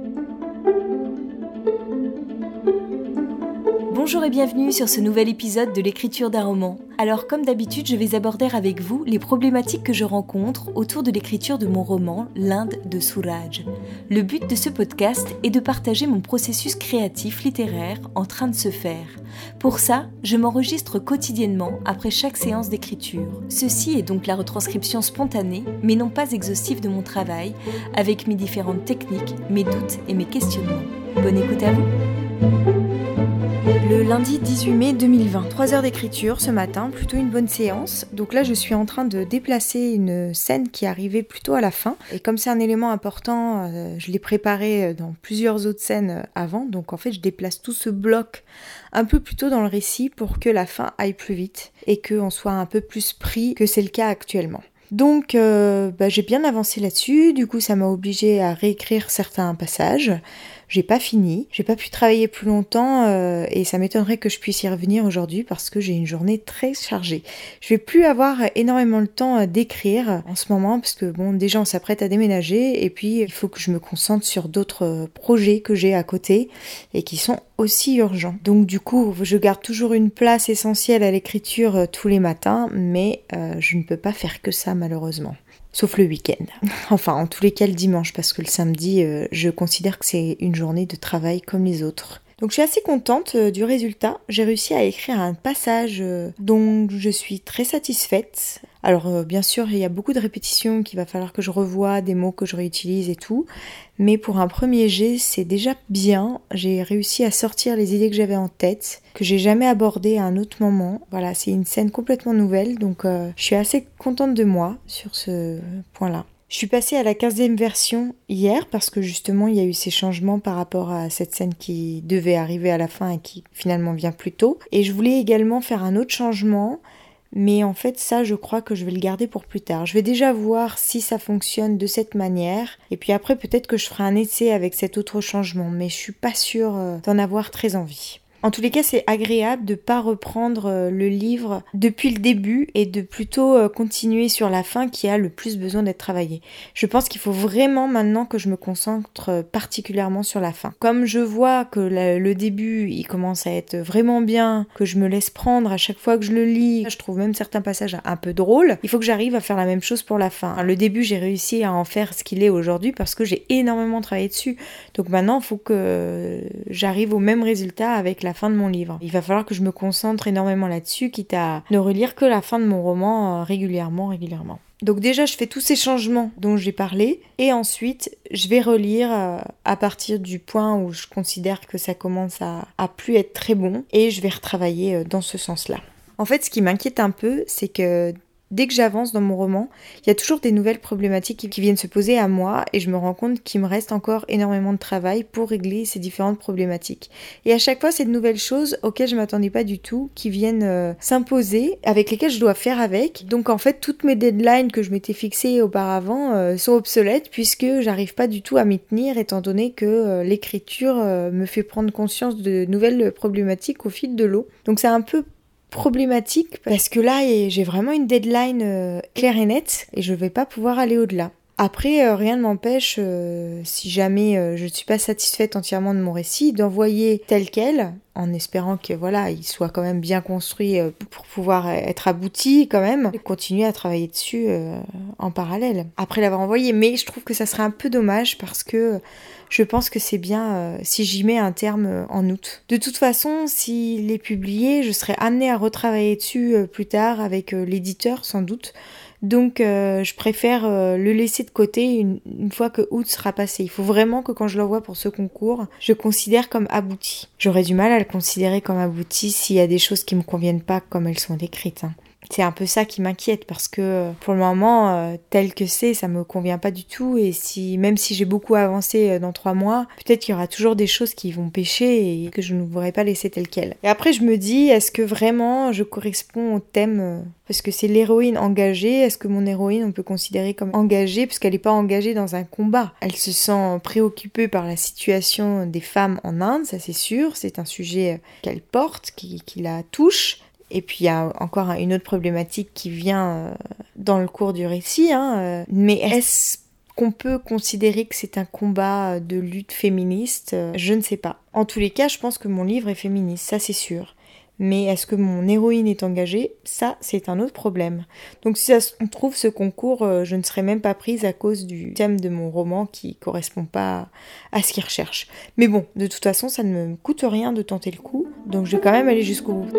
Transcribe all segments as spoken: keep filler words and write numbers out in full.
Bonjour et bienvenue sur ce nouvel épisode de l'écriture d'un roman. Alors comme d'habitude, je vais aborder avec vous les problématiques que je rencontre autour de l'écriture de mon roman L'Inde de Suraj. Le but de ce podcast est de partager mon processus créatif littéraire en train de se faire. Pour ça, je m'enregistre quotidiennement après chaque séance d'écriture. Ceci est donc la retranscription spontanée, mais non pas exhaustive de mon travail, avec mes différentes techniques, mes doutes et mes questionnements. Bonne écoute à vous. Le lundi dix-huit mai deux mille vingt, trois heures d'écriture ce matin, plutôt une bonne séance. Donc là je suis en train de déplacer une scène qui arrivait plutôt à la fin. Et comme c'est un élément important, euh, je l'ai préparé dans plusieurs autres scènes avant. Donc en fait je déplace tout ce bloc un peu plus tôt dans le récit pour que la fin aille plus vite et qu'on soit un peu plus pris que c'est le cas actuellement. Donc euh, bah, j'ai bien avancé là-dessus, du coup ça m'a obligée à réécrire certains passages. J'ai pas fini, j'ai pas pu travailler plus longtemps euh, et ça m'étonnerait que je puisse y revenir aujourd'hui parce que j'ai une journée très chargée. Je vais plus avoir énormément le temps d'écrire en ce moment parce que bon, déjà on s'apprête à déménager et puis il faut que je me concentre sur d'autres projets que j'ai à côté et qui sont aussi urgents. Donc du coup, je garde toujours une place essentielle à l'écriture tous les matins, mais euh, je ne peux pas faire que ça malheureusement. Sauf le week-end. Enfin, en tous les cas le dimanche, parce que le samedi, euh, je considère que c'est une journée de travail comme les autres. Donc je suis assez contente euh, du résultat. J'ai réussi à écrire un passage euh, dont je suis très satisfaite. Alors euh, bien sûr, il y a beaucoup de répétitions qu'il va falloir que je revoie, des mots que je réutilise et tout. Mais pour un premier jet, c'est déjà bien. J'ai réussi à sortir les idées que j'avais en tête, que j'ai jamais abordées à un autre moment. Voilà, c'est une scène complètement nouvelle, donc euh, je suis assez contente de moi sur ce point-là. Je suis passée à la quinzième version hier parce que justement il y a eu ces changements par rapport à cette scène qui devait arriver à la fin et qui finalement vient plus tôt. Et je voulais également faire un autre changement, mais en fait ça je crois que je vais le garder pour plus tard. Je vais déjà voir si ça fonctionne de cette manière et puis après peut-être que je ferai un essai avec cet autre changement, mais je suis pas sûre d'en avoir très envie. En tous les cas, c'est agréable de pas reprendre le livre depuis le début et de plutôt continuer sur la fin qui a le plus besoin d'être travaillée. Je pense qu'il faut vraiment maintenant que je me concentre particulièrement sur la fin. Comme je vois que le début, il commence à être vraiment bien, que je me laisse prendre à chaque fois que je le lis, je trouve même certains passages un peu drôles, il faut que j'arrive à faire la même chose pour la fin. Le début, j'ai réussi à en faire ce qu'il est aujourd'hui parce que j'ai énormément travaillé dessus. Donc maintenant, il faut que j'arrive au même résultat avec la la fin de mon livre. Il va falloir que je me concentre énormément là-dessus, quitte à ne relire que la fin de mon roman euh, régulièrement, régulièrement. Donc déjà, je fais tous ces changements dont j'ai parlé, et ensuite, je vais relire euh, à partir du point où je considère que ça commence à, à plus être très bon, et je vais retravailler euh, dans ce sens-là. En fait, ce qui m'inquiète un peu, c'est que dès que j'avance dans mon roman, il y a toujours des nouvelles problématiques qui viennent se poser à moi et je me rends compte qu'il me reste encore énormément de travail pour régler ces différentes problématiques. Et à chaque fois, c'est de nouvelles choses auxquelles je ne m'attendais pas du tout qui viennent euh, s'imposer, avec lesquelles je dois faire avec. Donc en fait, toutes mes deadlines que je m'étais fixées auparavant euh, sont obsolètes puisque j'arrive pas du tout à m'y tenir étant donné que euh, l'écriture euh, me fait prendre conscience de nouvelles problématiques au fil de l'eau. Donc c'est un peu problématique parce que là j'ai vraiment une deadline euh, claire et nette et je vais pas pouvoir aller au-delà. Après euh, rien ne m'empêche euh, si jamais euh, je ne suis pas satisfaite entièrement de mon récit d'envoyer tel quel en espérant que voilà il soit quand même bien construit euh, pour pouvoir être abouti quand même et continuer à travailler dessus euh, en parallèle après l'avoir envoyé. Mais je trouve que ça serait un peu dommage parce que je pense que c'est bien euh, si j'y mets un terme euh, en août. De toute façon, s'il est publié, je serai amenée à retravailler dessus euh, plus tard avec euh, l'éditeur sans doute. Donc euh, je préfère euh, le laisser de côté une, une fois que août sera passé. Il faut vraiment que quand je l'envoie pour ce concours, je considère comme abouti. J'aurais du mal à le considérer comme abouti s'il y a des choses qui me conviennent pas comme elles sont décrites, hein. C'est un peu ça qui m'inquiète parce que pour le moment, euh, tel que c'est, ça me convient pas du tout et si, même si j'ai beaucoup avancé euh, dans trois mois, peut-être qu'il y aura toujours des choses qui vont pêcher et que je ne voudrais pas laisser tel quel. Et après je me dis, est-ce que vraiment je corresponds au thème euh, parce que c'est l'héroïne engagée, est-ce que mon héroïne on peut considérer comme engagée parce qu'elle n'est pas engagée dans un combat. Elle se sent préoccupée par la situation des femmes en Inde, ça c'est sûr, c'est un sujet qu'elle porte, qui, qui la touche. Et puis il y a encore une autre problématique qui vient euh, dans le cours du récit, hein, euh, mais est-ce qu'on peut considérer que c'est un combat de lutte féministe, je ne sais pas. En tous les cas, je pense que mon livre est féministe, ça c'est sûr. Mais est-ce que mon héroïne est engagée ? Ça, c'est un autre problème. Donc si ça se trouve, ce concours, euh, je ne serais même pas prise à cause du thème de mon roman qui correspond pas à ce qu'il recherche. Mais bon, de toute façon, ça ne me coûte rien de tenter le coup, donc je vais quand même aller jusqu'au bout.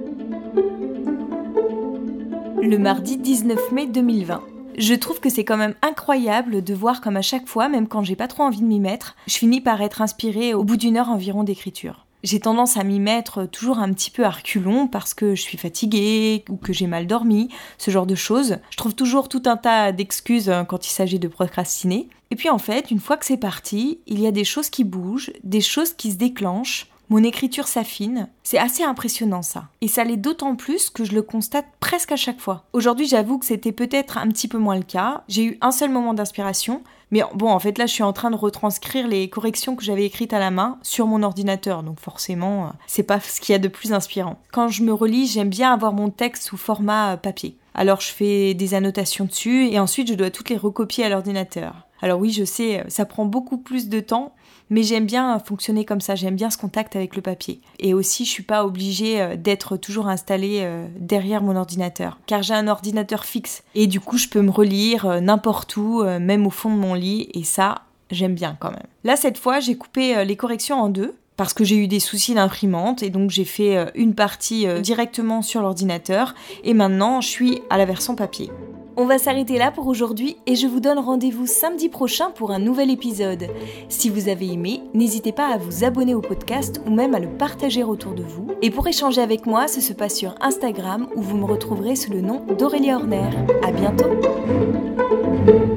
Le mardi dix-neuf mai deux mille vingt. Je trouve que c'est quand même incroyable de voir comme à chaque fois, même quand j'ai pas trop envie de m'y mettre, je finis par être inspirée au bout d'une heure environ d'écriture. J'ai tendance à m'y mettre toujours un petit peu à reculons parce que je suis fatiguée ou que j'ai mal dormi, ce genre de choses. Je trouve toujours tout un tas d'excuses quand il s'agit de procrastiner. Et puis en fait, une fois que c'est parti, il y a des choses qui bougent, des choses qui se déclenchent. Mon écriture s'affine, c'est assez impressionnant ça. Et ça l'est d'autant plus que je le constate presque à chaque fois. Aujourd'hui, j'avoue que c'était peut-être un petit peu moins le cas. J'ai eu un seul moment d'inspiration, mais bon, en fait là, je suis en train de retranscrire les corrections que j'avais écrites à la main sur mon ordinateur, donc forcément, c'est pas ce qu'il y a de plus inspirant. Quand je me relis, j'aime bien avoir mon texte sous format papier. Alors je fais des annotations dessus et ensuite je dois toutes les recopier à l'ordinateur. Alors oui, je sais, ça prend beaucoup plus de temps, mais j'aime bien fonctionner comme ça, j'aime bien ce contact avec le papier. Et aussi, je suis pas obligée d'être toujours installée derrière mon ordinateur, car j'ai un ordinateur fixe. Et du coup, je peux me relire n'importe où, même au fond de mon lit, et ça, j'aime bien quand même. Là, cette fois, j'ai coupé les corrections en deux, parce que j'ai eu des soucis d'imprimante, et donc j'ai fait une partie directement sur l'ordinateur, et maintenant, je suis à la version papier. On va s'arrêter là pour aujourd'hui et je vous donne rendez-vous samedi prochain pour un nouvel épisode. Si vous avez aimé, n'hésitez pas à vous abonner au podcast ou même à le partager autour de vous. Et pour échanger avec moi, ça se passe sur Instagram où vous me retrouverez sous le nom d'Aurélie Horner. À bientôt!